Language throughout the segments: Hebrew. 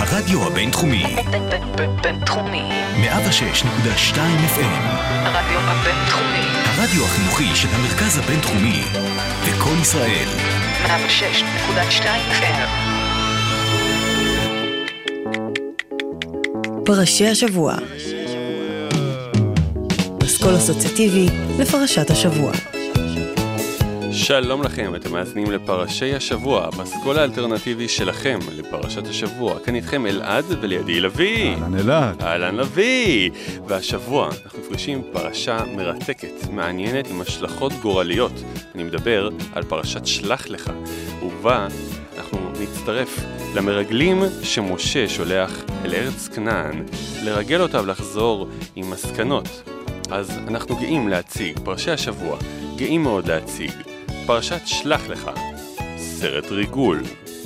הרדיו הבינתחומי. בינתחומי. 106.2 FM. הרדיו הבינתחומי. הרדיו החינוכי של המרכז הבינתחומי. וכל ישראל. 106.2 FM. פרשי השבוע. אסכול אסוציאטיבי לפרשת השבוע. שלום לכם, אתם מאזינים לפרשי השבוע, באסכול האלטרנטיבי שלכם לפרשת השבוע. כאן איתכם אלעד ולידי לוי. אהלן אלעד. אהלן לוי. והשבוע אנחנו מפגשים פרשה מרתקת, מעניינת עם השלכות גורליות. אני מדבר על פרשת שלח לך, ובה אנחנו נצטרף למרגלים שמשה שולח אל ארץ כנען, לרגל אותה ולחזור עם מסקנות. אז אנחנו גאים להציג, פרשי השבוע, גאים מאוד להציג, פרשת שלח לך, סרט ריגול.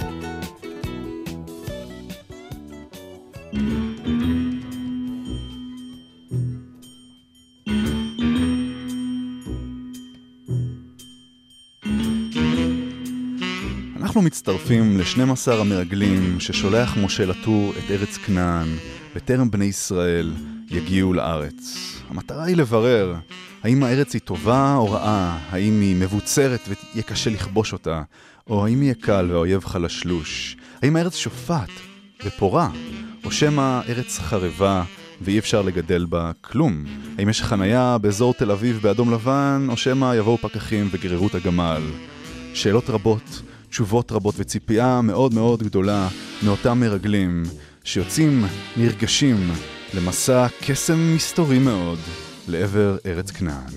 אנחנו מצטרפים ל12 המרגלים ששולח משה לתור את ארץ כנען, בטרם בני ישראל יגיעו לארץ. המטרה היא לברר האם הארץ היא טובה או רעה, האם היא מבוצרת ויהיה קשה לכבוש אותה, או האם יהיה קל והאויב חלשלוש, האם הארץ שופעת ופורה, או שמה ארץ חרבה ואי אפשר לגדל בה כלום, האם יש חנייה באזור תל אביב באדום לבן, או שמה יבואו פקחים וגררו את הגמל. שאלות רבות, תשובות רבות וציפייה מאוד מאוד גדולה מאותם מרגלים שיוצאים נרגשים למסע קסם מסתורי מאוד לעבר ארץ כנען.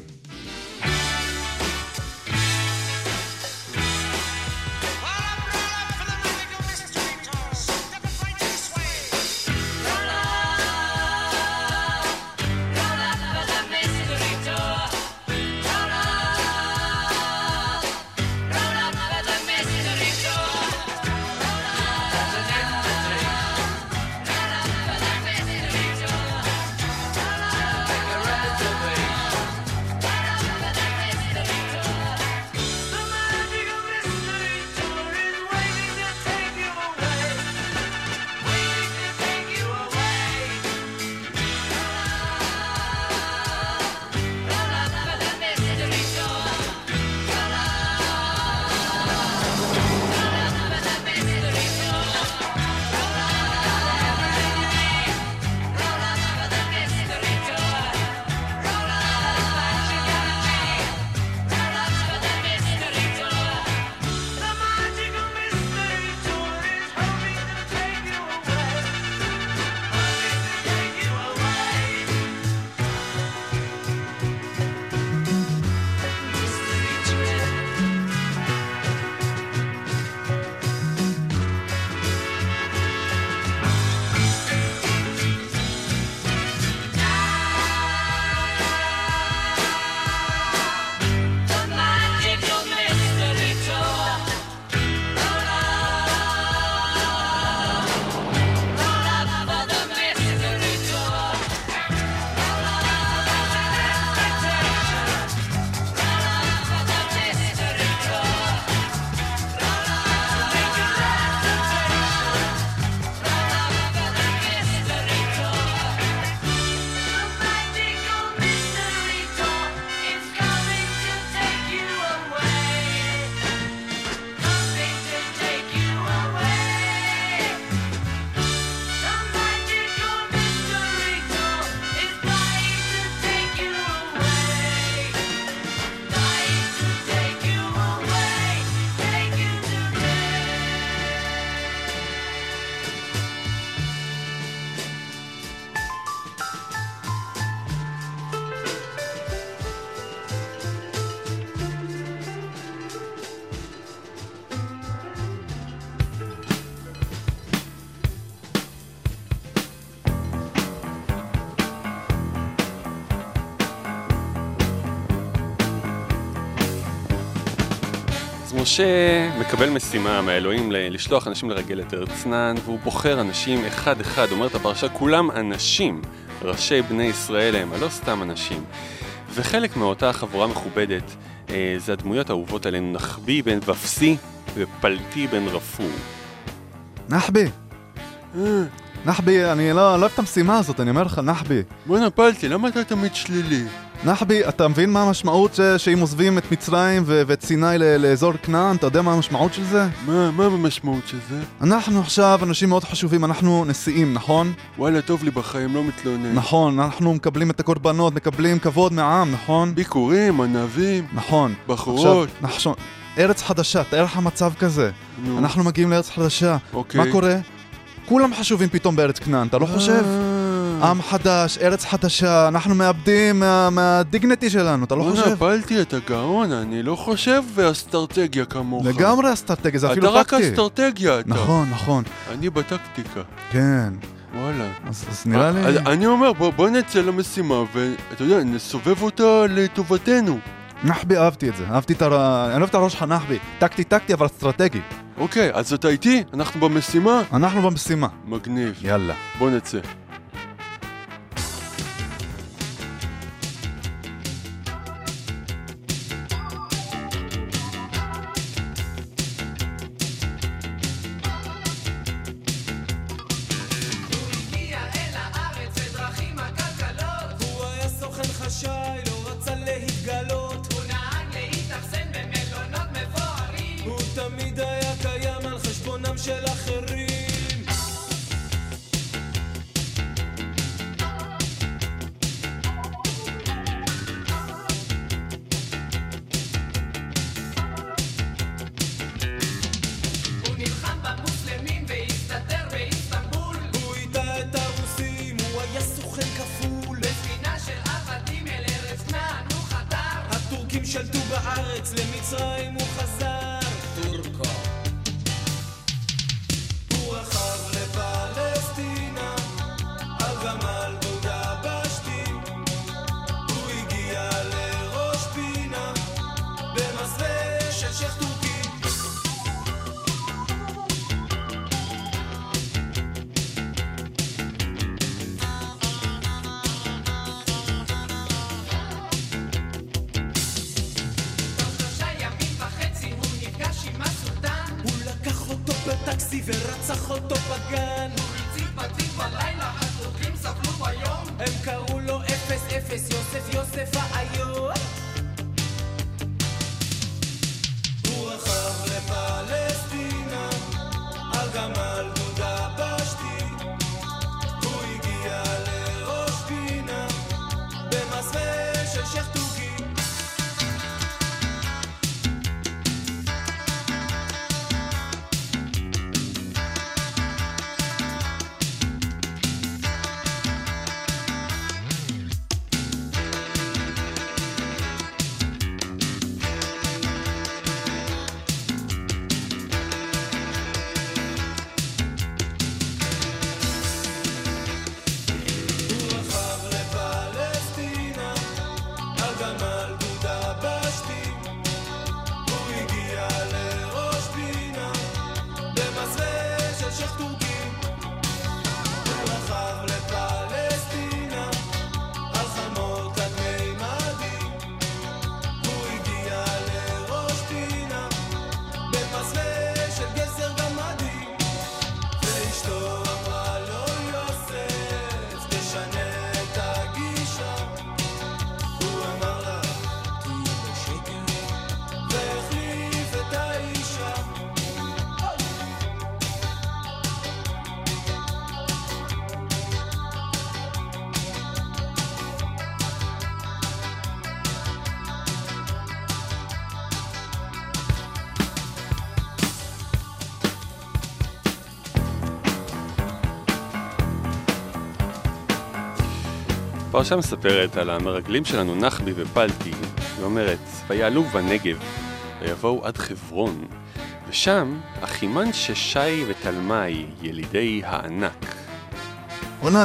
משה מקבל משימה מהאלוהים לשלוח אנשים לרגל את ארץ כנען, והוא בוחר אנשים אחד אחד, אומרת הפרשה, כולם אנשים, ראשי בני ישראל הם, לא סתם אנשים. וחלק מאותה חבורה מכובדת זה הדמויות האהובות עלינו, נחבי בן ופסי ופלטי בן רפור. נחבי, נחבי, אני לא אוהב את המשימה הזאת, אני אומר לך, נחבי. בוא'נה פלטי, למה אתה תמיד שלילי? נחבי, אתה מבין מה המשמעות שאם עוזבים את מצרים ואת סיני לאזור כנען? אתה יודע מה המשמעות של זה? מה המשמעות של זה? אנחנו עכשיו אנשים מאוד חשובים, אנחנו נשיאים, נכון? וואלה, טוב לי בחיים, לא מתלונן. נכון, אנחנו מקבלים את הקורבנות, מקבלים כבוד מהעם, נכון? ביקורים, ענבים, נכון. בחורות. עכשיו, ארץ חדשה, תאר לך מצב כזה. אנחנו מגיעים לארץ חדשה. אוקיי. מה קורה? כולם חשובים פתאום בארץ כנען, אתה לא חושב? עם חדש, ארץ חדשה, אנחנו מאבדים מהדיגניטי שלנו, אתה לא חושב? בוא'נה פלטי, אתה גאון, אני לא חושב באסטרטגיה כמוך. לגמרי אסטרטגיה, זה אפילו טקטי. אתה רק אסטרטגיה, אתה. נכון. אני בטקטיקה. כן. וואלה. אז נראה לי... אני אומר, בוא נצא למשימה, ואתה יודע, נסובב אותה לטובתנו. נחבי, אהבתי את זה, אני אוהב את הראש שלך, נחבי. טקטי, אבל אסטרטגי. אוקיי, אז אתה איתי? אנחנו במשימה? אנחנו במשימה. מגניב. יאללה. בוא נצא. שלטו בארץ, למצרים הוא חזר טורקו. הוא רכב לפלסטינה על גמל דודה בשתי. הוא הגיע לראש פינה במסווה של שייך טורקי. טקסי ורצח אותו בגן. הוא הציב בתים בלילה, הטורקים סבלו ביום. הם קראו לו 0-0 יוסף האיום. הוא רכב לפלסטינה על גמל דודה בשתי. הוא הגיע לראש פינה במסווה של שייך טורקי. הפרשה מספרת על המרגלים שלנו נחבי ופלטי. היא אומרת, ויעלו בנגב ויבואו עד חברון, ושם אחימן ששי ותלמי ילידי הענק. עונה,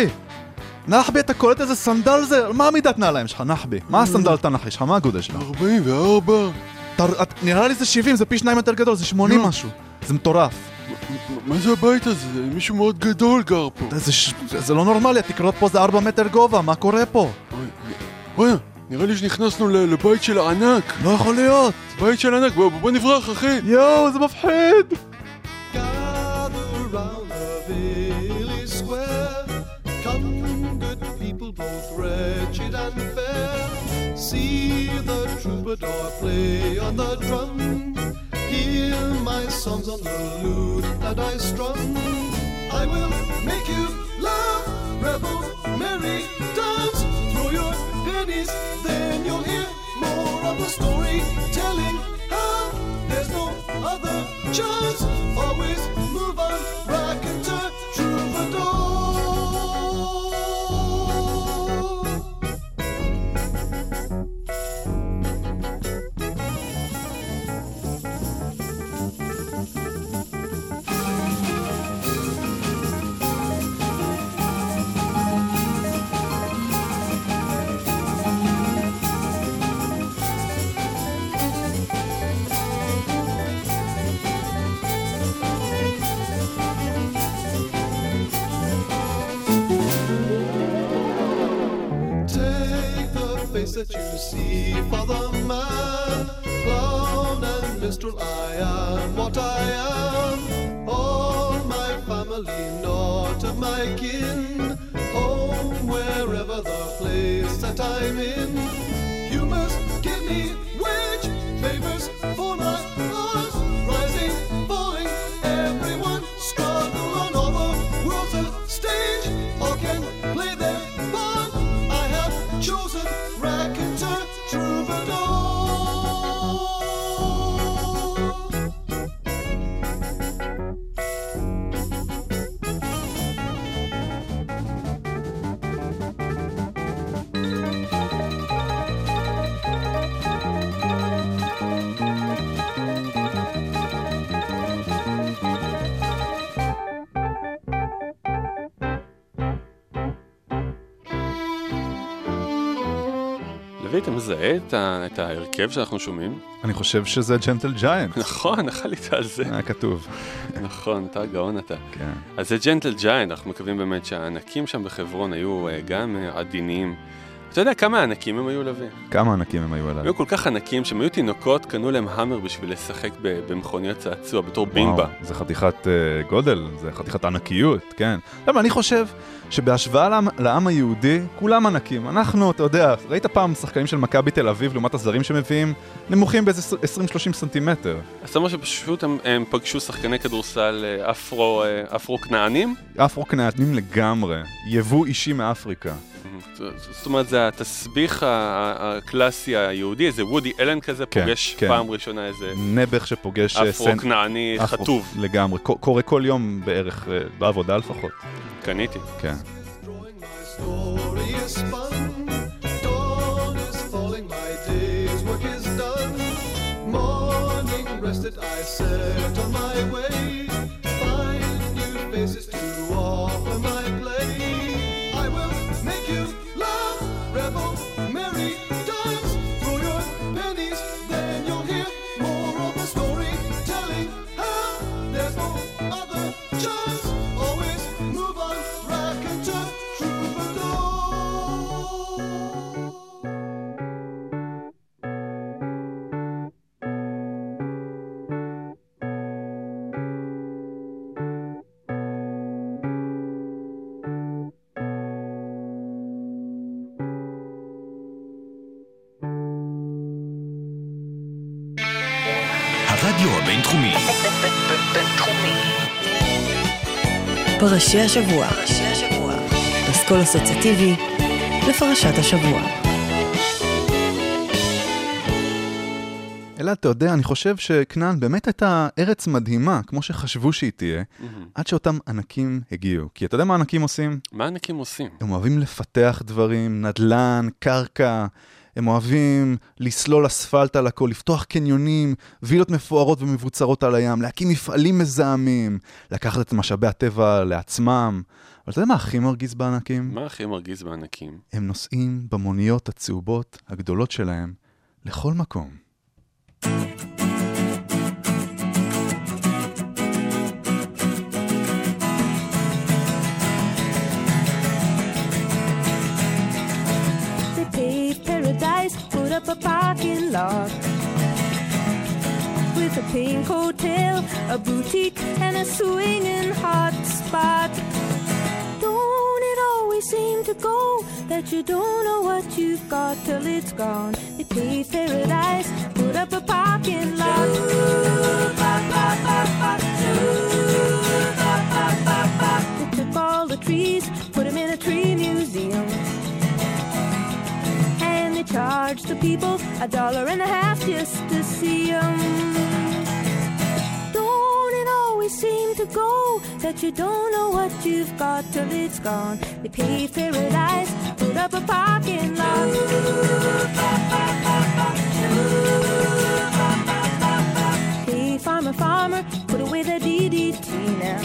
נחבי, אתה קולט איזה סנדל זה? מה עמידת נעליים שלך, נחבי? מה הסנדל תנכי שלך? מה הגודל שלך? 44. נראה לי זה 70, זה פי 2 יותר גדול, זה 80 משהו. זה מטורף. מה זה הבית הזה? מישהו מאוד גדול גר פה. זה לא נורמלי, התקרות פה זה 4 מטר גובה, מה קורה פה? וואי, נראה לי שנכנסנו לבית של הענק. לא יכול להיות. בית של ענק, בוא נברח אחי. יואו, זה מפחיד. Gather around the village square. Come, good people, both wretched and fair. See the troubadour play on the drum. Hear my songs on the lute that I strum. I will make you laugh, revel, merry, dance. Throw your pennies, then you'll hear more of the story telling how there's no other chance. Always move on, raconteur, troubadour. That you see, Father Man, clown and minstrel, I am what I am. All my family, not of my kin, home wherever the place that I'm in. You must give me wage, favors for my cause, rising, falling, everyone struggle on all the world's a stage. All can play their part. I have chosen raconteur, troubadour. אתה מזהה את ההרכב שאנחנו שומעים? אני חושב שזה ג'נטל ג'יינט. נכון, נחלית על זה. היה כתוב. נכון, אתה גאון אתה. כן. אז זה ג'נטל ג'יינט, אנחנו מקווים באמת שהענקים שם בחברון היו גם עדיניים. אתה יודע כמה ענקים הם היו לוי? כמה ענקים הם היו עליו? היו כל כך ענקים שהם היו תינוקות, קנו להם המר בשביל לשחק במכוניות צעצוע בתור בינבה. וואו, זה חתיכת גודל, זה חתיכת ענקיות, כן. אבל אני חושב שבהשוואה לעם היהודי, כולם ענקים. אנחנו, אתה יודע, ראית פעם שחקנים של מכבי תל אביב לעומת הזרים שמביאים, נמוכים באיזה 20-30 סנטימטר. אז זאת אומרת שפשוט הם פגשו שחקני כדורסל אפרו-כנענים? אפרו-כנענים לגמרי, יבוא אישי מאפריקה. זאת אומרת, זה התסביך הקלאסי היהודי, איזה וודי אלן כזה, פוגש פעם ראשונה איזה נבח שפוגש אפרו-כנעני חטוב. לגמרי, קורה כל יום בערך, בעבודה לפחות. קניתי. כן. הרדיו הבינתחומי. בינתחומי. פרשי השבוע. פסקול אסוציאטיבי לפרשת השבוע. אלא, אתה יודע, אני חושב שכנען באמת הייתה ארץ מדהימה, כמו שחשבו שהיא תהיה, עד שאותם ענקים הגיעו. כי אתה יודע מה ענקים עושים? מה ענקים עושים? הם אוהבים לפתח דברים, נדלן, קרקע, הם אוהבים לסלול אספלט על הכל, לפתוח קניונים, וילות מפוארות ומבוצרות על הים, להקים מפעלים מזהמים, לקחת את משאבי הטבע לעצמם. אבל אתה יודע מה הכי מרגיז בענקים? מה הכי מרגיז בענקים? הם נוסעים במוניות הצהובות הגדולות שלהם לכל מקום. Put up a parking lot with with a pink hotel, a boutique, and a swinging hot spot. Don't it always seem to go that you don't know what you've got till it's gone? They paved paradise, put up a parking lot. They took all the trees, put them in a tree museum, and they charged the people $1.50 just to see them. Don't it always seem to go that you don't know what you've got till it's gone? They paved paradise, put up a parking lot. Hey, farmer, farmer, put away the DDT now.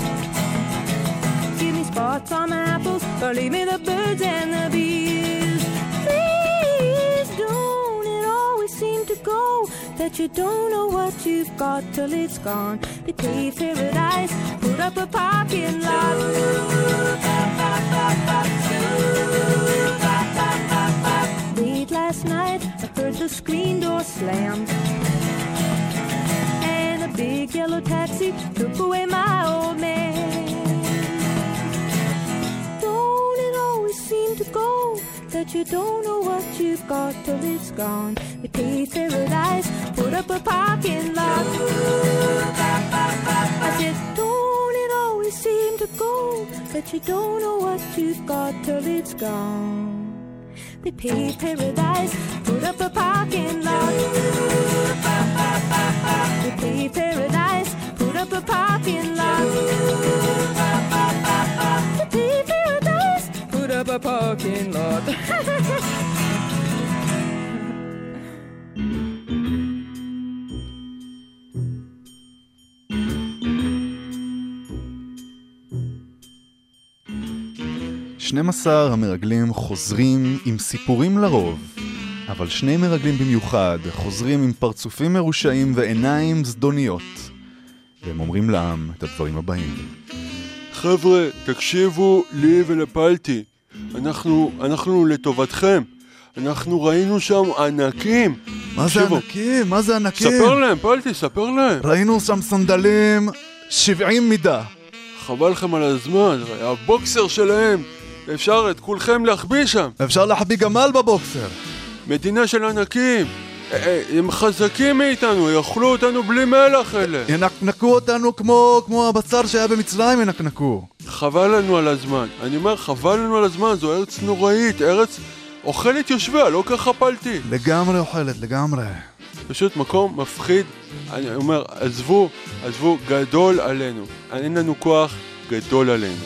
Give me spots on my apples, or leave me the birds and the bees. Please, don't it always seem to go that you don't know what you've got till it's gone? They paved paradise, put up a parking lot. Late last night, I heard the screen door slam, and a big yellow taxi took away my old man. Don't it always seem to go that you don't know what you've got till it's gone? They paved paradise, put up a parking lot. I said, don't it always seem to go that you don't know what you've got till it's gone? They paved paradise, put up a parking lot. They paved paradise, put up a parking lot. They paved paradise, put up a parking lot. "12 המרגלים חוזרים עם סיפורים לרוב, אבל 2 מרגלים במיוחד חוזרים עם פרצופים מרושעים ועיניים זדוניות. והם אומרים לעם את הדברים הבאים. חבר'ה, תקשיבו לי ולפלטי. אנחנו לטובתכם. אנחנו ראינו שם ענקים. מה זה ענקים? מה זה ענקים? ספר להם, פלטי, ספר להם. ראינו שם סנדלים 70 מידה. חבל לכם על הזמן, הבוקסר שלהם. אפשר את כולכם להחביא שם. אפשר להחביא גמל בבוקסר. מדינה של ענקים. הם חזקים מאיתנו, יאכלו אותנו בלי מלח אלה. ינקנקו אותנו כמו הבשר שהיה במצרים ינקנקו. חבל לנו על הזמן. אני אומר, חבל לנו על הזמן, זו ארץ נוראית, ארץ אוכלת יושביה, לא ככה פלטי. לגמרי אוכלת, לגמרי. פשוט מקום מפחיד. אני אומר, עזבו, גדול עלינו. אין לנו כוח, גדול עלינו.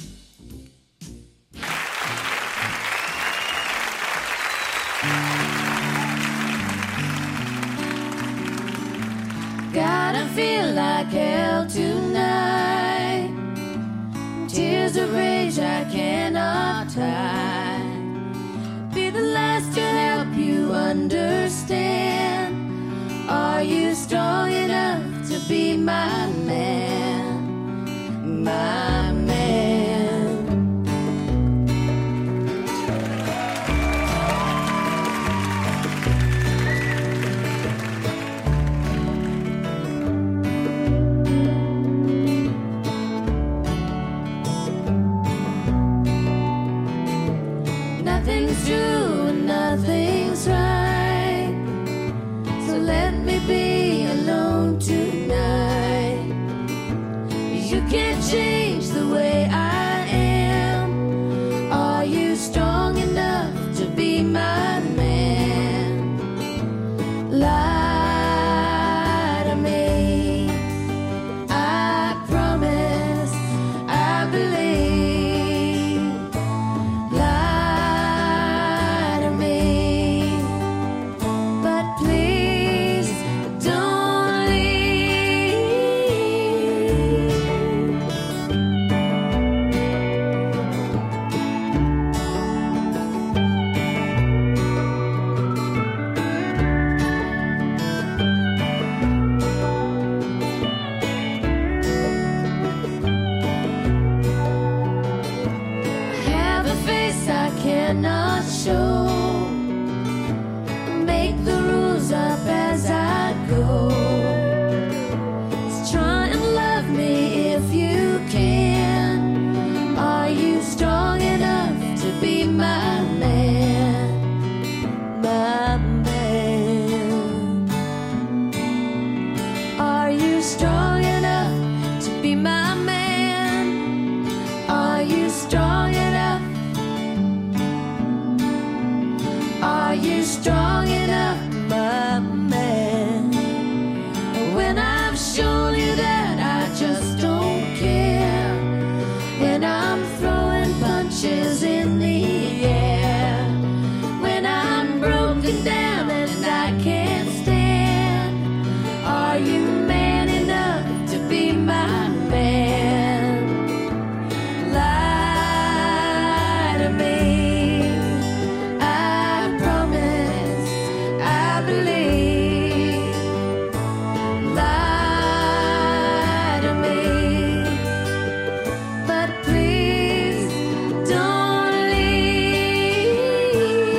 Gotta feel like hell tonight. Tears of rage I cannot hide. Be the last to help you understand. Are you strong enough to be my man? My man. Nothing's true and nothing's right. So let me be alone tonight. strong enough to be my man? Are you strong enough? Are you strong enough, my man? When I've shown you that I just don't care, when I'm throwing punches in the air, when I'm broken down and I can't stand, are you man enough to be my man? Lie to me, I promise, I believe. Lie to me, but please don't leave.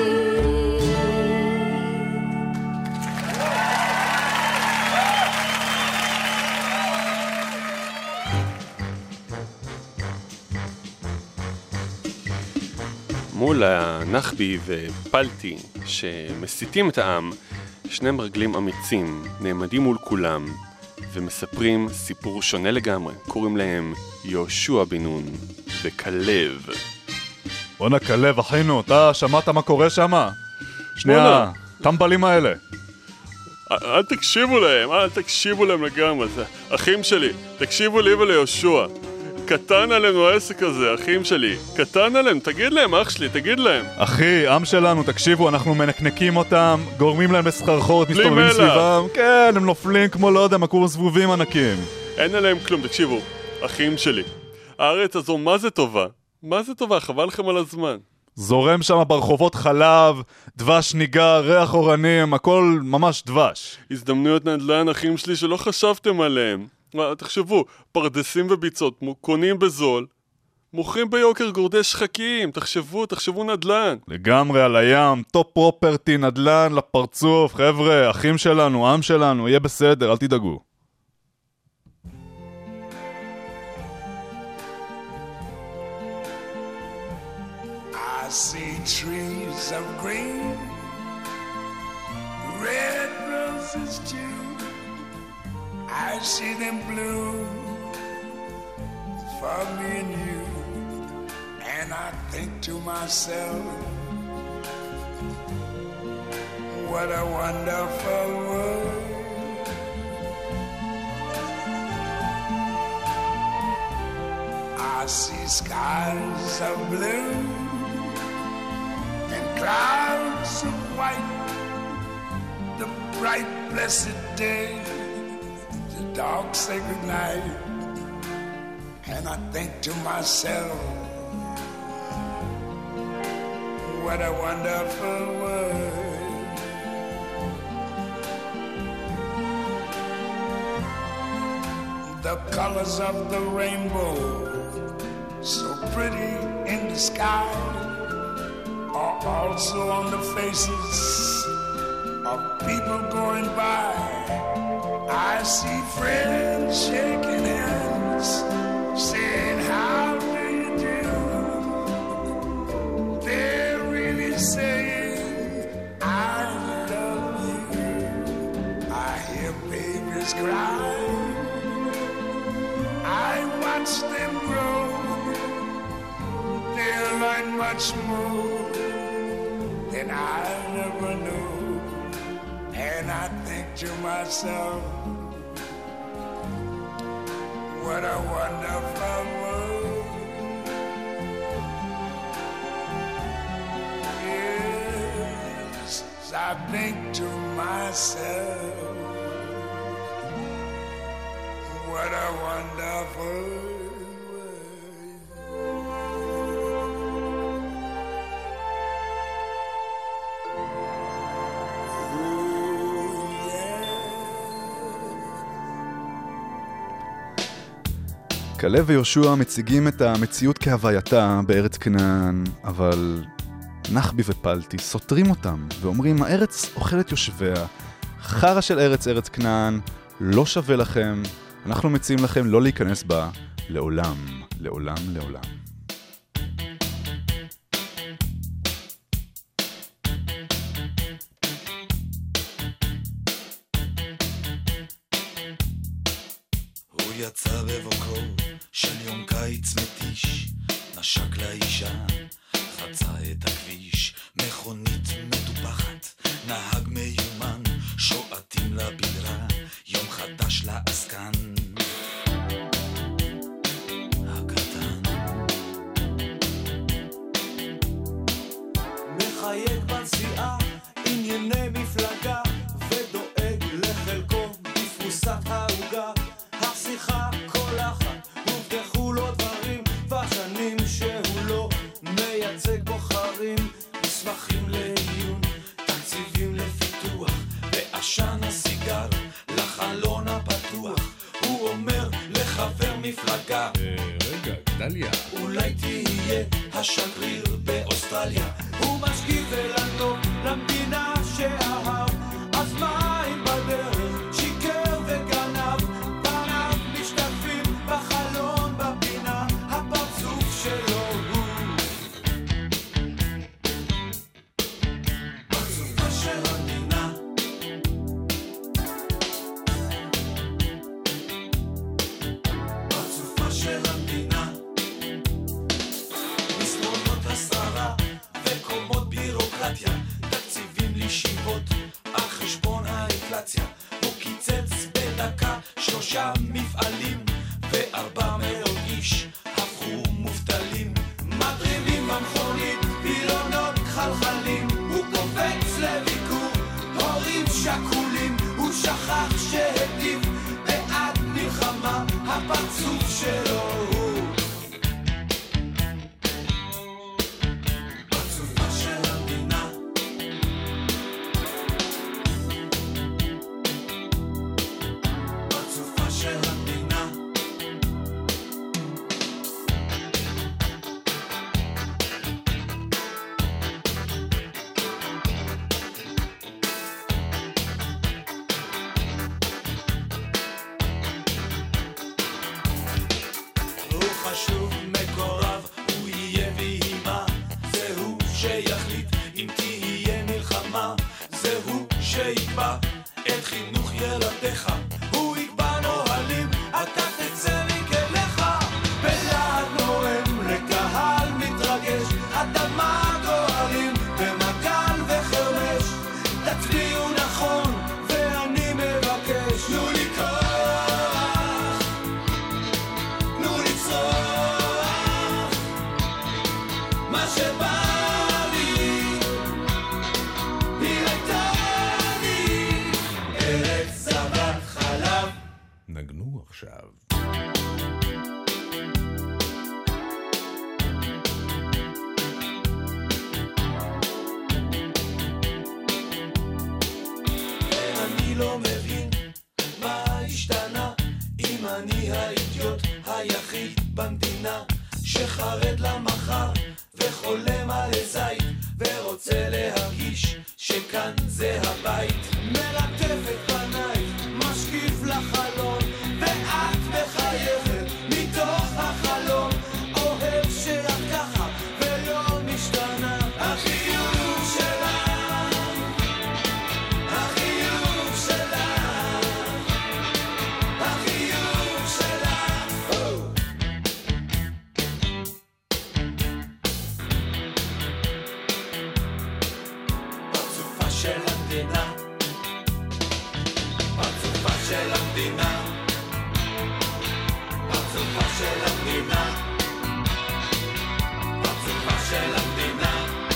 מול הנחבי ופלטי שמסיתים את העם, שני מרגלים אמיצים נעמדים מול כולם ומספרים סיפור שונה לגמרי. קוראים להם יהושע בן נון וכלב. בואנה כלב, אחינו, אתה שמעת מה קורה שמה? שנייה, טמבלים האלה. אל תקשיבו להם לגמרי, זה אחים שלי, תקשיבו לי וליהושע. קטן עלינו העסק הזה, אחים שלי, קטן עליהם, תגיד להם, אח שלי, תגיד להם. אחי, עם שלנו, תקשיבו, אנחנו מנקנקים אותם, גורמים להם לסחרחורת, מסתובבים סביבם. כן, הם נופלים כמו לא יודע, מקום זבובים ענקים. אין עליהם כלום, תקשיבו, אחים שלי, הארץ הזו מה זה טובה? מה זה טובה? חבל לכם על הזמן. זורם שם ברחובות חלב, דבש ניגר, ריח אורנים, הכל ממש דבש. הזדמנויות נדל"ן, אחים שלי, שלא חשבתם עליהם. תחשבו, פרדסים וביצות קונים בזול, מוכרים ביוקר גורדי שחקים, תחשבו נדל"ן. לגמרי על הים, טופ פרופרטי, נדל"ן לפרצוף, חבר'ה, אחים שלנו, עם שלנו, יהיה בסדר, אל תדאגו. I see trees of green, red roses too. I see them bloom for me and you. And I think to myself, what a wonderful world. I see skies of blue and clouds of white, the bright blessed day, the dark sacred night. And I think to myself, what a wonderful world. The colors of the rainbow, so pretty in the sky, are also on the faces of people going by. I see friends shaking hands, saying how do you do. They're really saying I love you. I hear babies cry, I watch them grow. They'll learn much more than I never knew. And I think to myself, what a wonderful world. Yes, I think to myself, what a wonderful world. כלב ויהושע מציגים את המציאות כהווייתה בארץ כנען, אבל נחבי ופלטי סותרים אותם ואומרים, הארץ אוכלת יושביה, חרא של ארץ כנען, לא שווה לכם, אנחנו מציעים לכם לא להיכנס בה לעולם, לעולם, לעולם. יצא בבוקרו של יום קיץ מתיש, נשק לאישה, חצה את הכביש, מכונית מטופחת, נהג מיומן, שועטים לבירה, יום חדש לעסקן הקטן. מחייק בנסיעה, ענייני מפלגה, ודואג לחלקו בפרוסת העוגה. השיחה כל אחת, הובטחו לו דברים, בשנים שהוא לא מייצג בוחרים, מסמכים לעיון, תקציבים לפיתוח, ועשן הסיגר לחלון הפתוח. הוא אומר לחבר מפלגה, רגע, גדליה, אולי תהיה השגריר באוסטרליה. הוא משקיף אל הטוב למדינה שאהב, אז מה אם בדרך שיקר וגנב, פניו משתקפים בחלון בפינה, הפרצוף שלו הוא פרצופה של המדינה. פרצופה של המדינה, מסלונות השררה וקומות בירוקרטיה, תקציבים לישיבות על חשבון האינפלציה. הוא קיצץ בדקה 3 מפעלים, ו400 איש הפכו מובטלים. מדרימים במכונית, פילונות חלחלים, הוא קופץ לביקור הורים שכולים. הוא שכח שהטיב בעד מלחמה, הפרצוף שלו הוא פרצופה של המדינה. פרצופה של המדינה. הוא חשוב מקורב, הוא יהיה ויהי מה, זה הוא שיחליט אם תהיה מלחמה, זה הוא שיקבע את חינוך ילדיך, הוא יקבע נוהלים, אתה תצא מכליך, בלעד נואם לקהל מתרגש, אדמה גואלים במגל וחרמש, תצביעו נכון ואני מבקש, תנו לי כוח, תנו לצרוח מה שבא לי, היא הייתה לי ארץ זבת חלב. נגנו עכשיו. אני לא מבין מה השתנה, אם אני האידיוט היחיד במדינה שחרד למחר וחולם על זית ורוצה להרגיש שכאן זה הבית. מלטף את פניי, משקיף לחלון, ואת מחייכת מתוך החלום, אוהב שאת ככה ולא משתנה. החיוך שלך, החיוך שלך, החיוך שלך, פרצופה של המדינה. פרצופה של המדינה. פרצופה של המדינה. פרצופה של המדינה.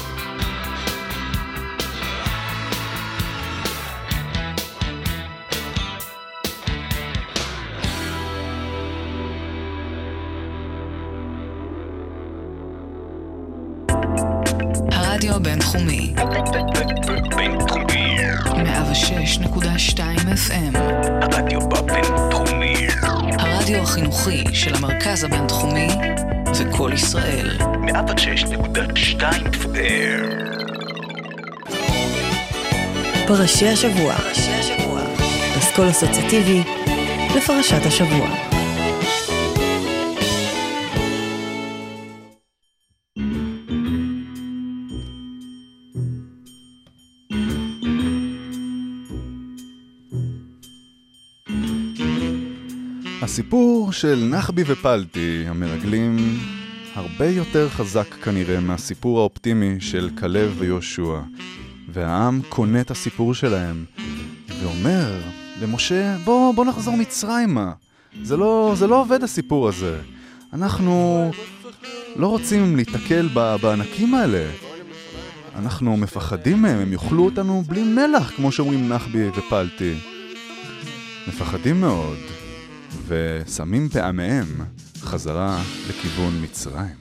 הרדיו הבינתחומי 106.2 FM, הרדיו הבינתחומי, הרדיו החינוכי של המרכז הבינתחומי וכל ישראל 106.2 FM. פרשי השבוע, אסכול אסוציאטיבי לפרשת השבוע. הסיפור של נחבי ופלטי, המרגלים, הרבה יותר חזק כנראה מהסיפור האופטימי של כלב ויהושע. והעם קונה את הסיפור שלהם, ואומר למשה, בוא נחזור מצרימה. זה לא עובד הסיפור הזה. אנחנו לא רוצים להתקל בענקים האלה. אנחנו מפחדים מהם, הם יאכלו אותנו בלי מלח, כמו שאומרים נחבי ופלטי. מפחדים מאוד, ושמים פעמיהם חזרה לכיוון מצרים.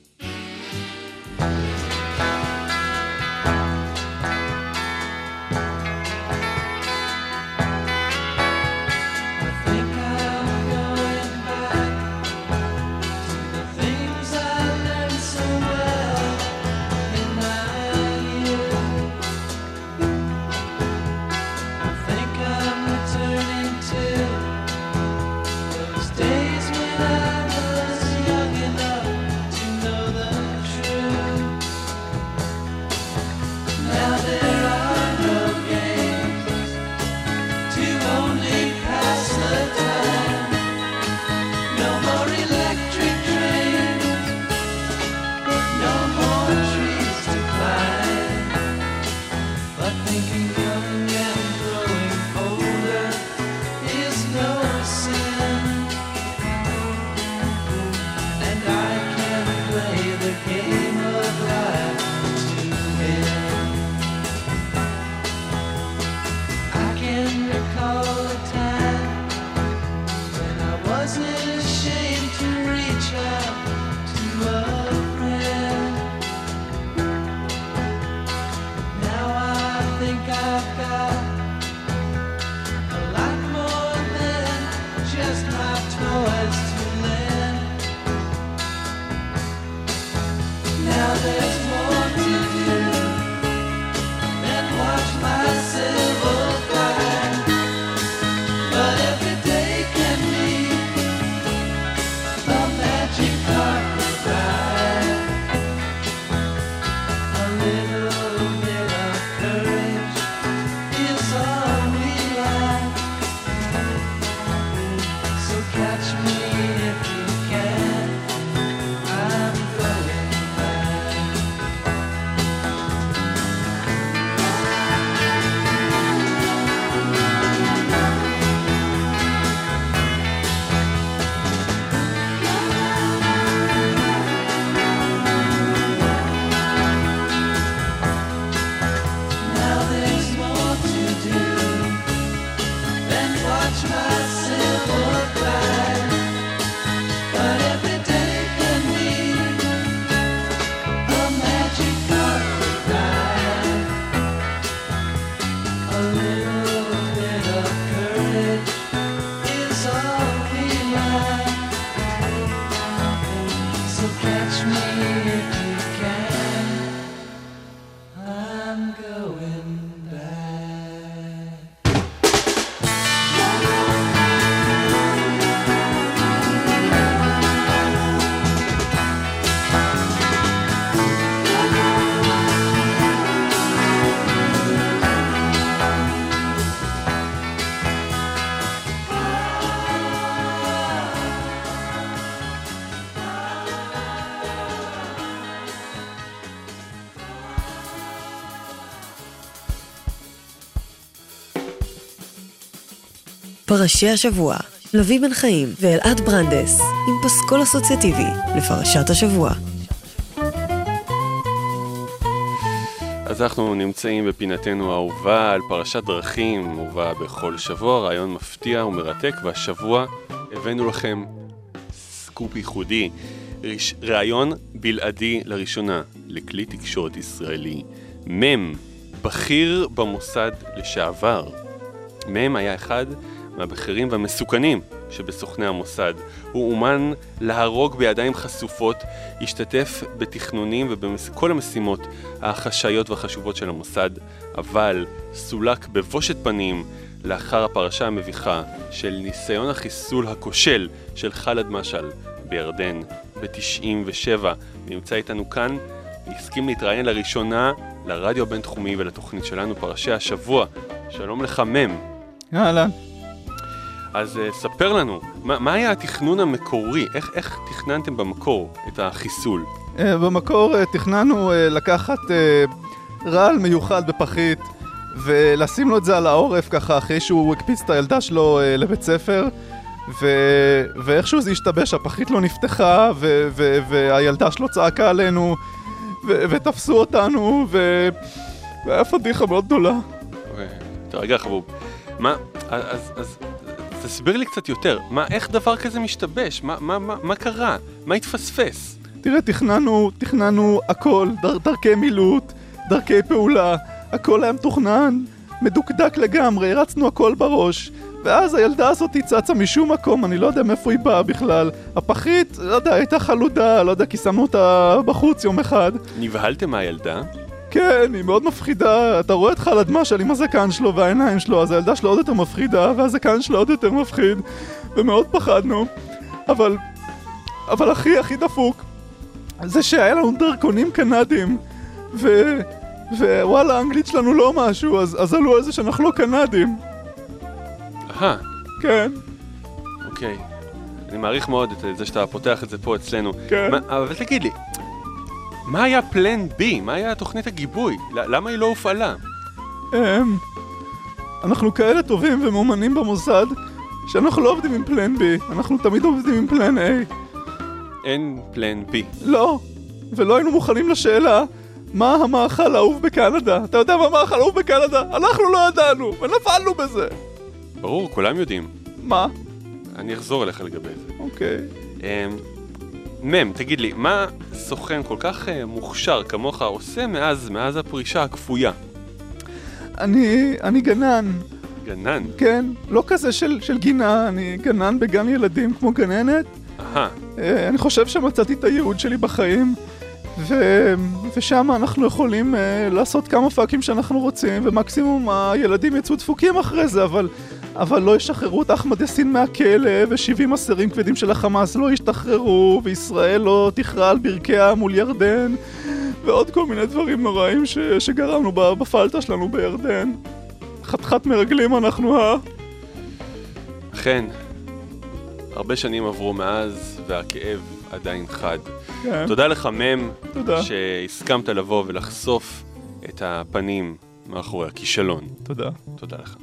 פרשי השבוע, לוי בן חיים ואלעד ברנדס, עם פסקול אסוציאטיבי לפרשת השבוע. אז אנחנו נמצאים בפינתנו האהובה על פרשת דרכים, מובא בכל שבוע, רעיון מפתיע ומרתק, והשבוע הבאנו לכם סקופ ייחודי, רעיון בלעדי לראשונה לכלי תקשורת ישראלי. מם, בכיר במוסד לשעבר. מם היה אחד מהבכירים והמסוכנים שבסוכני המוסד. הוא אומן להרוג בידיים חשופות, השתתף בתכנונים ובכל המשימות החשאיות והחשובות של המוסד, אבל סולק בבושת פנים לאחר הפרשה המביכה של ניסיון החיסול הכושל של חלד משל בירדן ב-97. נמצא איתנו כאן, הסכים להתראיין לראשונה לרדיו הבינתחומי ולתוכנית שלנו פרשי השבוע. שלום לך מם. אהלן. אז ספר לנו, מה היה התכנון המקורי? איך תכננתם במקור את החיסול? במקור תכננו לקחת רעל מיוחד בפחית ולשים לו את זה על העורף ככה אחרי שהוא הקפיץ את הילדה שלו לבית ספר ואיכשהו זה השתבש, הפחית לא נפתחה והילדה שלו צעקה עלינו ותפסו אותנו והיה פדיחה מאוד גדולה. רגע חבוב, אז תסביר לי קצת יותר, איך דבר כזה משתבש? מה קרה? מה התפספס? תראה, תכננו הכל, דרכי מילוט, דרכי פעולה, הכל היה מתוכנן, מדוקדק לגמרי, הרצנו הכל בראש, ואז הילדה הזאת צצה משום מקום, אני לא יודע מאיפה היא באה בכלל. הפחית, לא יודע, הייתה חלודה, לא יודע, כי שמנו אותה בחוץ יום אחד. נבהלתם מהילדה? כן, היא מאוד מפחידה, אתה רואה את חלד משל עם הזקן שלו והעיניים שלו, אז הילדה שלו עוד יותר מפחידה, והזקן שלו עוד יותר מפחיד, ומאוד פחדנו. אבל הכי דפוק, זה שהיה לנו דרכונים קנדים, ווואלה, האנגלית שלנו לא משהו, אז עלו על זה שאנחנו לא קנדים. כן. אוקיי. אני מעריך מאוד את זה שאתה פותח את זה פה אצלנו. כן. אבל תגיד לי, מה היה פלן בי? מה היה תוכנית הגיבוי? למה היא לא הופעלה? אנחנו כאלה טובים ומאומנים במוסד שאנחנו לא עובדים עם פלן בי, אנחנו תמיד עובדים עם פלן A. אין פלן בי. לא, ולא היינו מוכנים לשאלה מה המאכל האהוב בקנדה. אתה יודע מה המאכל האהוב בקנדה? אנחנו לא ידענו, ונפלנו בזה. ברור, כולם יודעים. מה? אני אחזור אליך לגבי זה. אוקיי. תגיד לי, מה סוכן כל כך מוכשר כמוך עושה מאז הפרישה הכפויה? אני גנן. גנן? כן, לא כזה של גינה, אני גנן בגן ילדים כמו גננת. אני חושב שמצאתי את הייעוד שלי בחיים, ושם אנחנו יכולים לעשות כמה פאקים שאנחנו רוצים, ומקסימום הילדים יצאו דפוקים אחרי זה, אבל לא ישחררו את אחמד יאסין מהכלא, ו70 אסירים כבדים של החמאס לא ישתחררו, וישראל לא תכרע על ברכיה מול ירדן, ועוד כל מיני דברים נוראים שגרמנו בפלטה שלנו בירדן. חתיכת מרגלים אנחנו, אכן, הרבה שנים עברו מאז, והכאב עדיין חד. כן. תודה לך מם, תודה. שהסכמת לבוא ולחשוף את הפנים מאחורי הכישלון. תודה. תודה לך.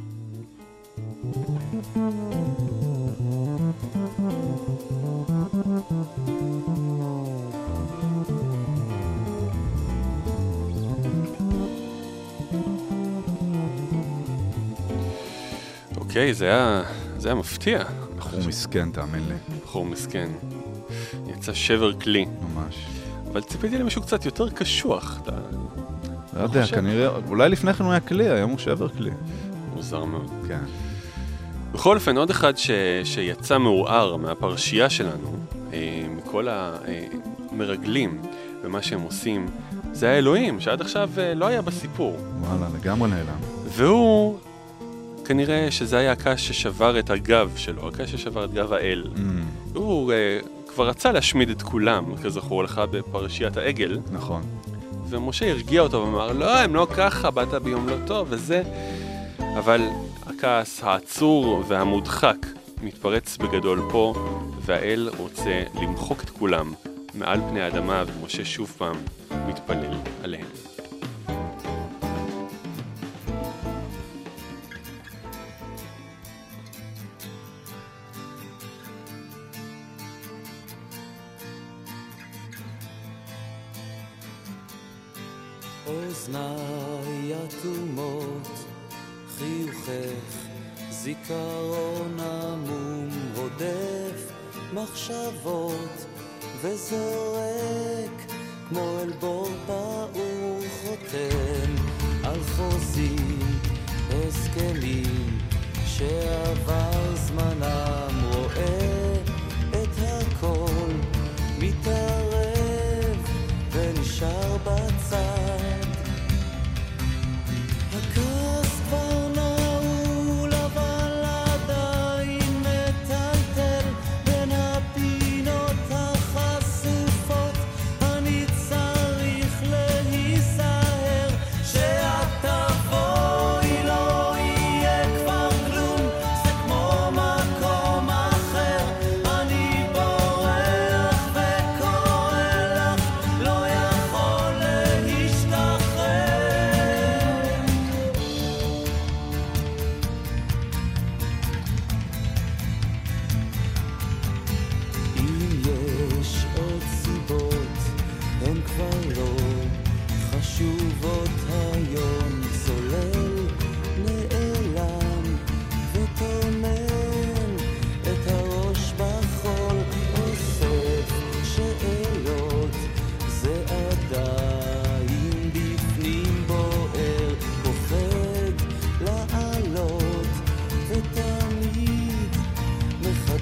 אוקיי, זה היה מפתיע. בחור מסכן, תאמין לי. בחור מסכן. יצא שבר כלי. ממש. אבל ציפיתי למשהו קצת יותר קשוח. לא יודע, כנראה, אולי לפני כן הוא היה כלי, היום הוא שבר כלי. מוזר מאוד. כן. בכל אופן, עוד אחד שיצא מעורער מהפרשייה שלנו, מכל המרגלים ומה שהם עושים, זה האלוהים, שעד עכשיו לא היה בסיפור. וואלה, לגמרי נעלם. והוא, כנראה שזה היה הקש ששבר את הגב שלו, הקש ששבר את גב האל. הוא כבר רצה להשמיד את כולם, כזכור לך בפרשיית העגל. נכון. ומשה הרגיע אותו ואמר, לא, הם לא ככה, באת ביום לא טוב וזה. אבל הכעס העצור והמודחק מתפרץ בגדול פה, והאל רוצה למחוק את כולם מעל פני האדמה, ומשה שוב פעם מתפלל עליהם. אוזניי אטומות, חיוכך, זיכרון עמום רודף מחשבות וזורק כמו אל בור פעור חותם על חוזים, הסכמים שעבר זמנם, רואה את הכל מתערב ונשאר בצד. הכעס כבר נעול אבל עדיין מטלטל בין הפינות החשופות. אני צריך להיזהר שאת תבואי, לא יהיה כבר כלום, זה כמו מקום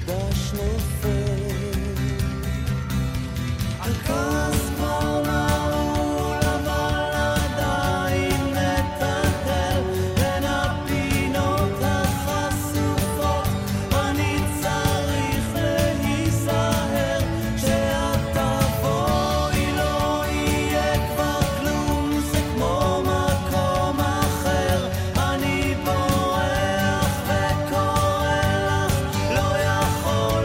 חדש נופל. הכעס כבר נעול אבל עדיין מטלטל בין הפינות החשופות. אני צריך להיזהר כשאת תבואי לא יהיה כבר כלום, זה כמו מקום אחר. אני בורח וקורא לך, לא יכול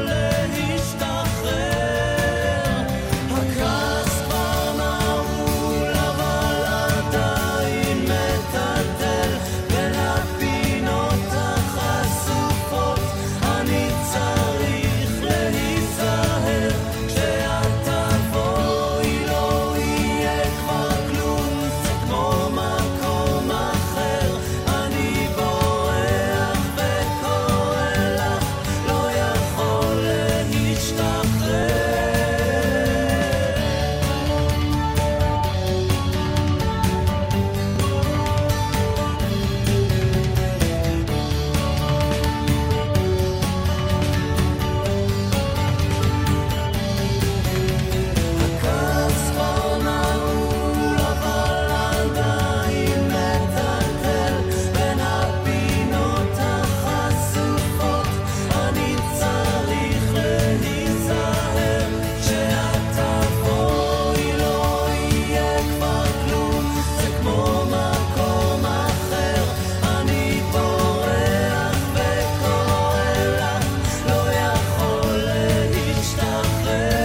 להשתחרר. הכעס כבר נעול אבל עדיין מטלטל בין הפינות החשופות. אני צריך להיזהר כשאת תבואי לא יהיה כבר כלום, זה כמו מקום אחר. אני בורח וקורא לך, לא יכול להשתחרר. הכעס כבר נעול אבל עדיין מטלטל בין הפינות החשופות. אני צריך להיזהר כשאת תבואי לא יהיה כבר כלום, זה כמו מקום אחר. אני בורח וקורא לך, לא יכול להשתחרר.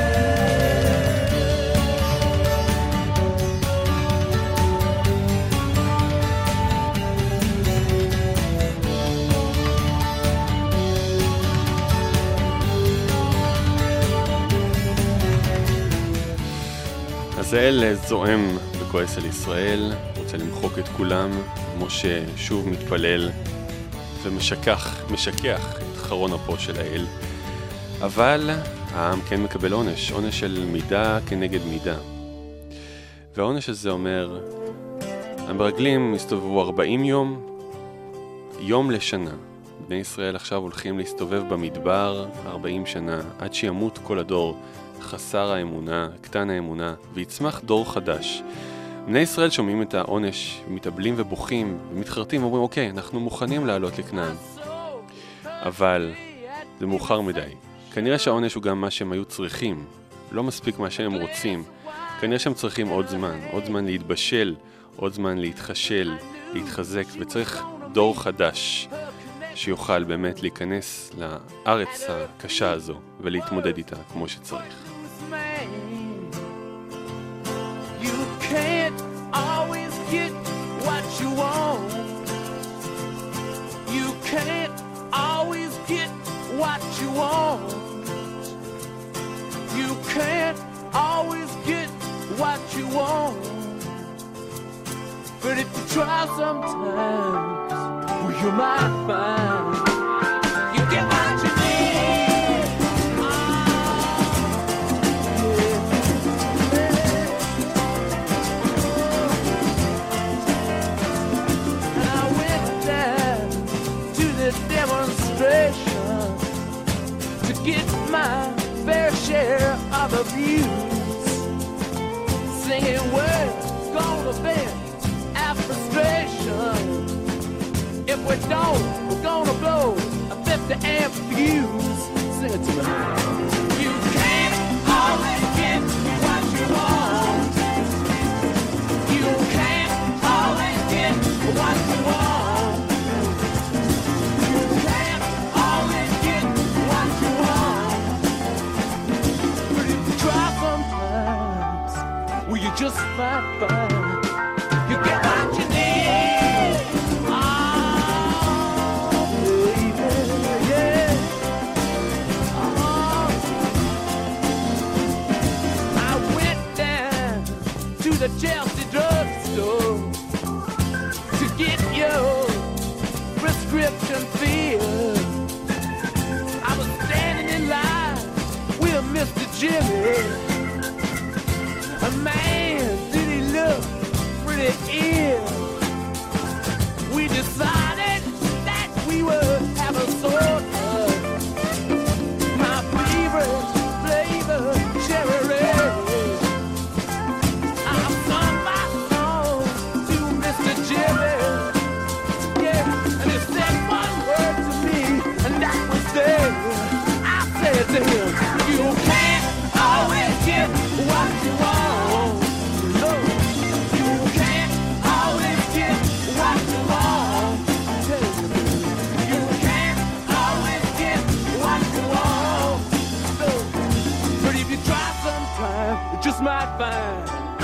הזאל זועם וכועס על ישראל, רוצה למחוק את כולם. משה שוב מתפלל ומשכח את חרון אפו של האל. אבל העם כן מקבל עונש, עונש של מידה כנגד מידה. והעונש הזה אומר, המרגלים הסתובבו 40 יום לשנה. בני ישראל עכשיו הולכים להסתובב במדבר 40 שנה, עד שימות כל הדור חסר האמונה, קטן האמונה, ויצמח דור חדש. בני ישראל שומעים את העונש, מתאבלים ובוכים ומתחרטים, אומרים, אוקיי, אנחנו מוכנים לעלות לכנען. אבל זה מאוחר מדי. כנראה שהעונש הוא גם מה שהם היו צריכים, לא מספיק מה שהם רוצים. כנראה שהם צריכים עוד זמן להתבשל, עוד זמן להתחשל, להתחזק, וצריך דור חדש שיוכל באמת להיכנס לארץ הקשה הזו ולהתמודד איתה כמו שצריך. You can't always get what you want. You can't always get what you want. You can't always get what you want. But if you try sometimes, well, you might find you get what you need. And I went down to the demonstration to get my fair share of abuse, singing we're gonna vent our frustration. If we don't, we're gonna blow a 50-amp fuse. Sing it to me. You can't always get what you want. You can't always get what you want. You can't always get what you want. But if you try sometimes, well, you just might find you get what you need. The Chelsea drugstore to get your prescription filled. I was standing in line with Mr. Jimmy. A man, did he look pretty ill? We decided that we would have a sort of said to him, you can't always get what you want. No, you can't always get what you want. You can't always get what you want. No, but if you try sometime, you just might find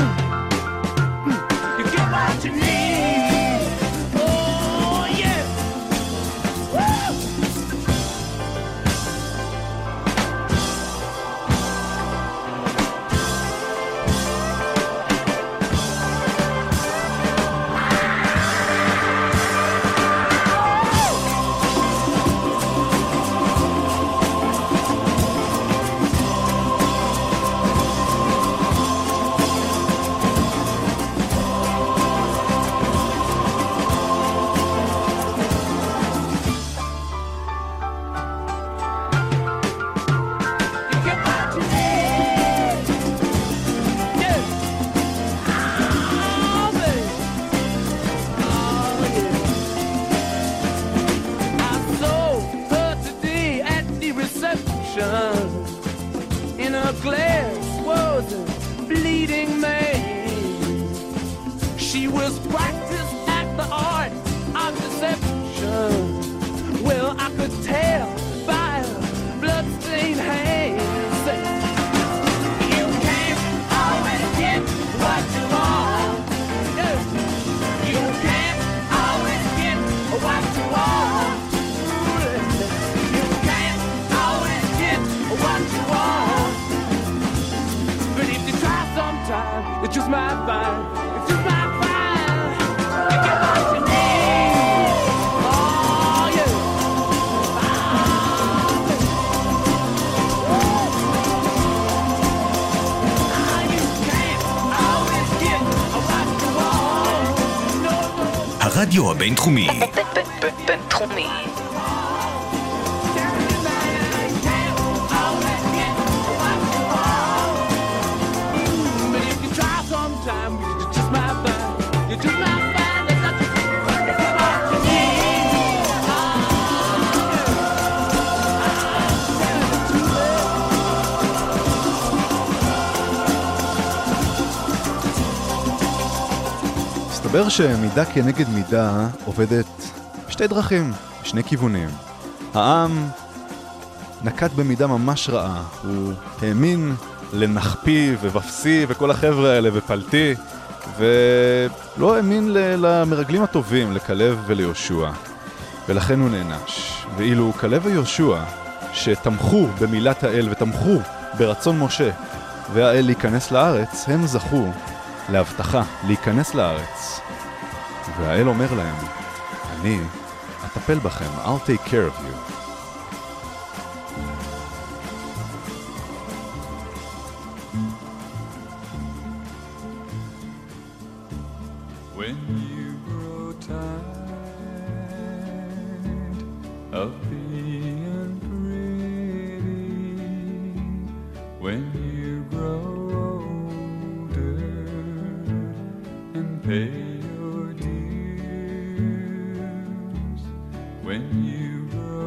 you get what you need. Oh yeah. Woo! In a glass was a bleeding man. She was practiced at the art of deception. Well, I could tell by her bloodstained hands. You can't always get what you want. You can't always get what you want. You can't always get what you want. But if you try sometime, you just might find, you just might find, you get what you need. Oh yeah. You can't always get what you want. No, no. הרדיו הבינתחומי. בינתחומי. מסתבר שמידה כנגד מידה עובדת בשתי דרכים, בשני כיוונים. העם נקט במידה ממש רעה, הוא האמין לנחפי ובפסי וכל החבר'ה האלה ופלטי, ולא האמין למרגלים הטובים, לכלב וליהושע, ולכן הוא נענש. ואילו כלב ויהושע שתמכו במילת האל ותמכו ברצון משה והאל להיכנס לארץ, הם זכו להבטחה להיכנס לארץ, והאל אומר להם, אני אטפל בכם, I'll take care of you. When you grow tired of being pretty, when you grow older and pay your dues, when you grow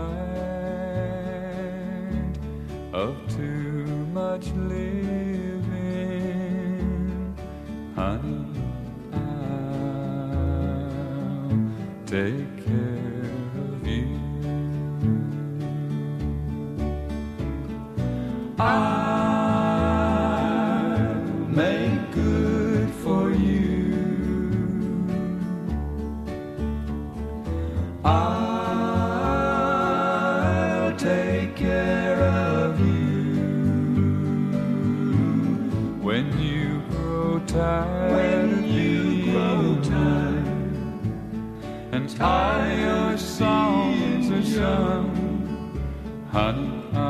tired of too much living, honey, take care of you. I'll make good for you. I'll take care of you. When you grow tired, when you grow tired, and all your songs are sung, honey,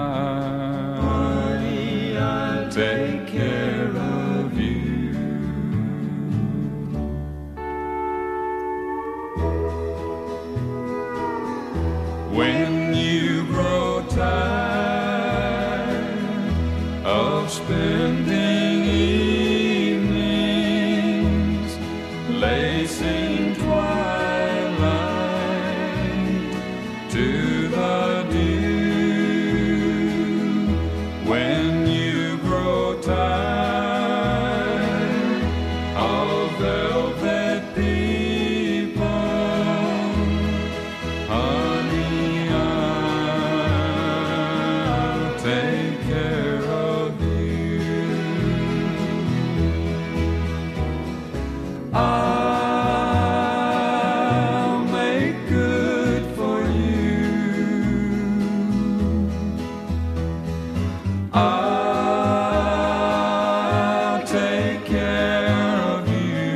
I'll take care of you. When you grow tired of spending evenings lacing twilight to the dew, I'll take care of you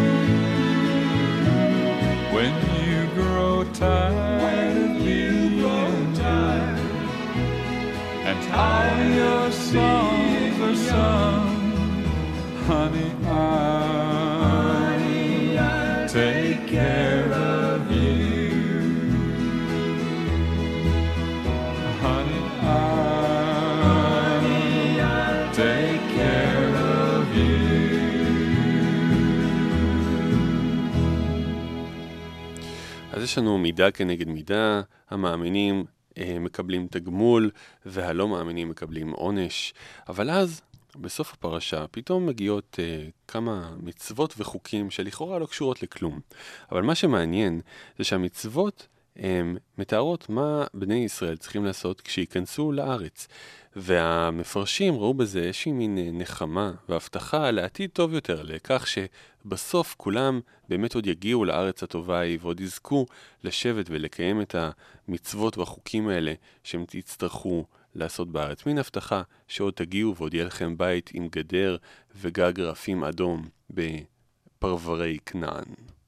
when you grow tired of being tired, and all your songs are sung. Honey, I'll take care of you. Honey, I'll take care of you. אז יש לנו מידה כנגד מידה, המאמינים מקבלים תגמול והלא מאמינים מקבלים עונש, אבל אז בסוף הפרשה פתאום מגיעות כמה מצוות וחוקים שלכאורה לא קשורות לכלום. אבל מה שמעניין זה שהמצוות מתארות מה בני ישראל צריכים לעשות כשיכנסו לארץ. והמפרשים ראו בזה איזושהי מין נחמה והבטחה לעתיד טוב יותר, לכך שבסוף כולם באמת עוד יגיעו לארץ הטובה ההיא ועוד יזכו לשבת ולקיים את המצוות והחוקים האלה שהם יצטרכו לעשות בארץ. מין הבטחה שעוד תגיעו ועוד יהיה לכם בית עם גדר וגג רפים אדום בפרברי כנען.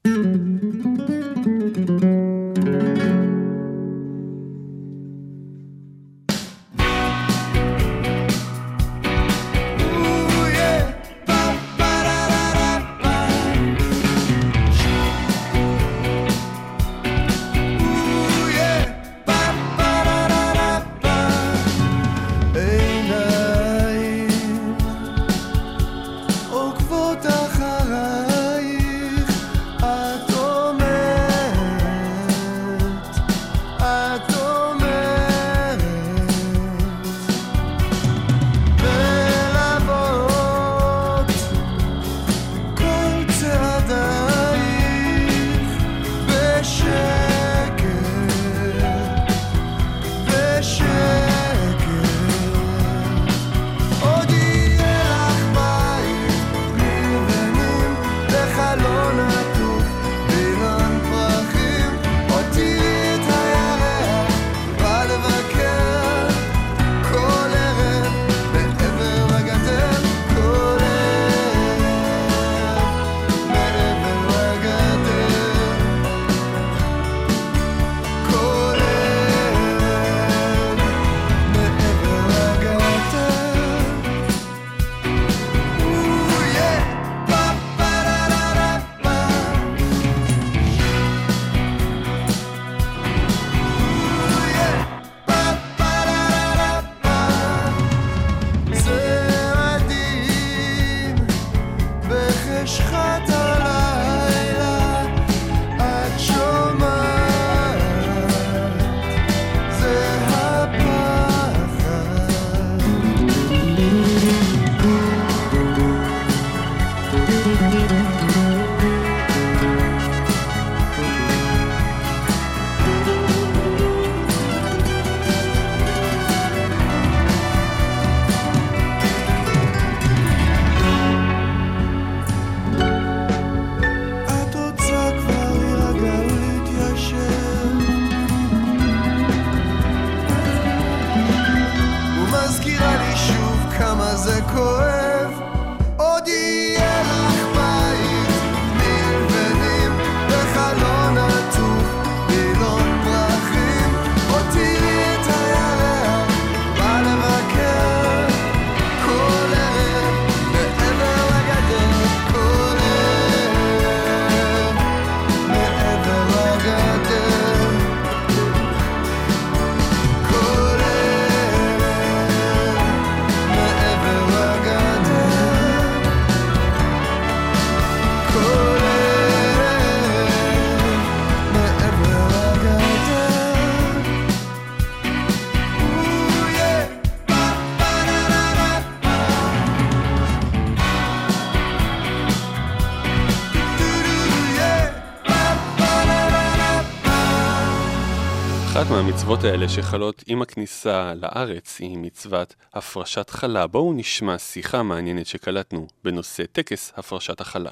אחת מהמצוות האלה שחלות עם הכניסה לארץ היא מצוות הפרשת חלה. בואו נשמע שיחה מעניינת שקלטנו בנושא טקס הפרשת החלה.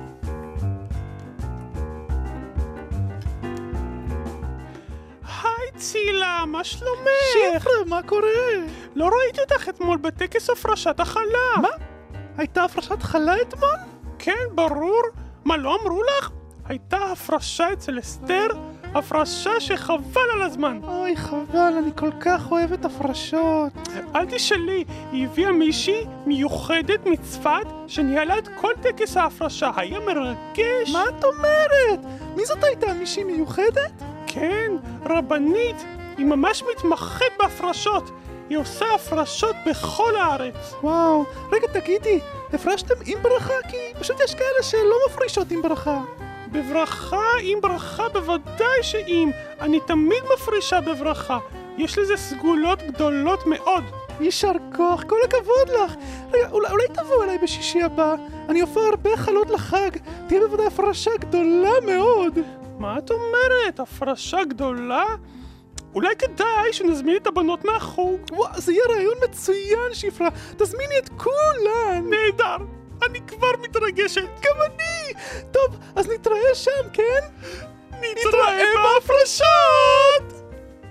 היי צילה, מה שלומך? שפרה, מה קורה? לא ראיתי אותך אתמול בטקס הפרשת החלה. מה? הייתה הפרשת חלה אתמול? כן, ברור. מה, לא אמרו לך? הייתה הפרשה אצל אסתר, הפרשה שחבל על הזמן. אוי, חבל, אני כל כך אוהבת הפרשות. אל תשאלי, היא הביאה מישהי מיוחדת מצפת שניהלה את כל טקס ההפרשה. היה מרגש. מה את אומרת? מי זאת הייתה, מישהי מיוחדת? כן, רבנית. היא ממש מתמחת בהפרשות. היא עושה הפרשות בכל הארץ. וואו, רגע תגידי, הפרשתם עם ברכה? כי פשוט יש כאלה שלא מפרישות עם ברכה. בברכה, עם ברכה, בוודאי שעם. אני תמיד מפרישה בברכה. יש לזה סגולות גדולות מאוד. יישר כוח, כל הכבוד לך. רגע, אולי תבוא אליי בשישי הבא. אני אופר הרבה חלות לחג. תהיה בוודאי הפרשה גדולה מאוד. מה את אומרת? הפרשה גדולה? אולי כדאי שנזמין את הבנות מהחוג. וואו, זה יהיה רעיון מצוין, שפרה. תזמיני את כולן. נהדר. אני כבר מתרגשת. גם אני. טוב, אז נתראה שם, כן? נתראה בהפרשות!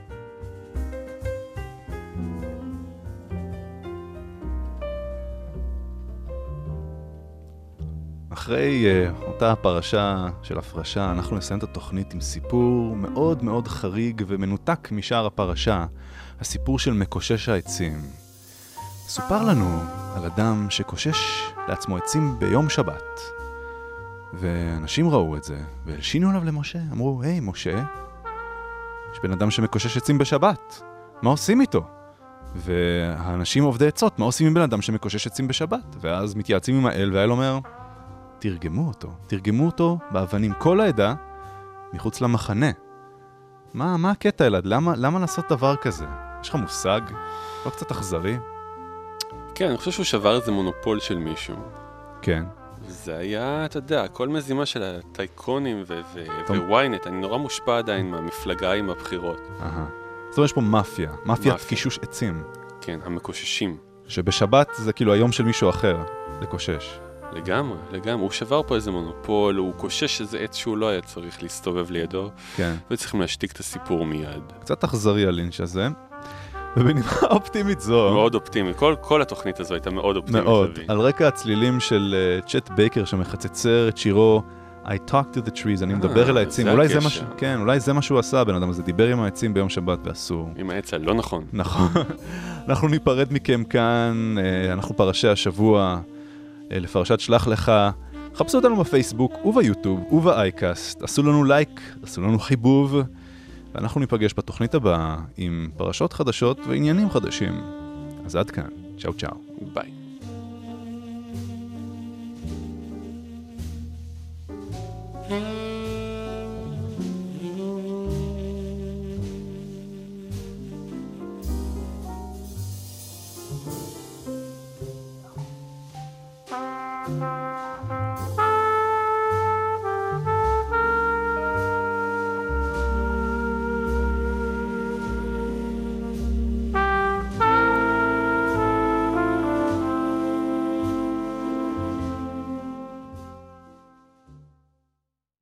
אחרי אותה הפרשה של הפרשה, אנחנו נסיים את התוכנית עם סיפור מאוד מאוד חריג ומנותק משאר הפרשה, הסיפור של מקושש העצים. סופר לנו על אדם שקושש לעצמו עצים ביום שבת. ואנשים ראו את זה, והלשינו עליו למשה. אמרו, היי, משה, יש בן אדם שמקושש עצים בשבת. מה עושים איתו? והאנשים עובדי עצות, מה עושים עם בן אדם שמקושש עצים בשבת? ואז מתייעצים עם האל, והאל אומר, תרגמו אותו באבנים כל העדה מחוץ למחנה. מה הקטע אלעד? למה לעשות דבר כזה? יש לך מושג? לא קצת אכזרי? כן, אני חושב שהוא שבר איזה מונופול של מישהו. כן. זה היה, אתה יודע, כל מזימה של הטייקונים וויינט. אני נורא מושפע עדיין מהמפלגה עם הבחירות. זאת אומרת, יש פה מאפיה. מאפיית קישוש עצים. כן, המקוששים. שבשבת זה כאילו היום של מישהו אחר, לקושש. לגמרי. הוא שבר פה איזה מונופול, הוא קושש איזה עץ שהוא לא היה צריך להסתובב לידו. כן. וצריכים להשתיק את הסיפור מיד. קצת אכזרי הלינץ' הזה. ובנימה אופטימית זו... מאוד אופטימית. כל התוכנית הזו הייתה מאוד אופטימית. מאוד. על רקע הצלילים של צ'ט בייקר שמחצצר את שירו I talk to the trees, אני מדבר אל העצים. אולי זה מה שהוא עשה, הבן אדם הזה דיבר עם העצים ביום שבת ואסור. עם העץ הלא נכון. נכון. אנחנו ניפרד מכם כאן, אנחנו פרשי השבוע לפרשת שלח לך. חפשו אותנו בפייסבוק וביוטיוב ובאייקאסט. עשו לנו לייק, עשו לנו חיבוב. ואנחנו ניפגש בתוכנית הבאה עם פרשות חדשות ועניינים חדשים. אז עד כאן. צ'או צ'או. ביי.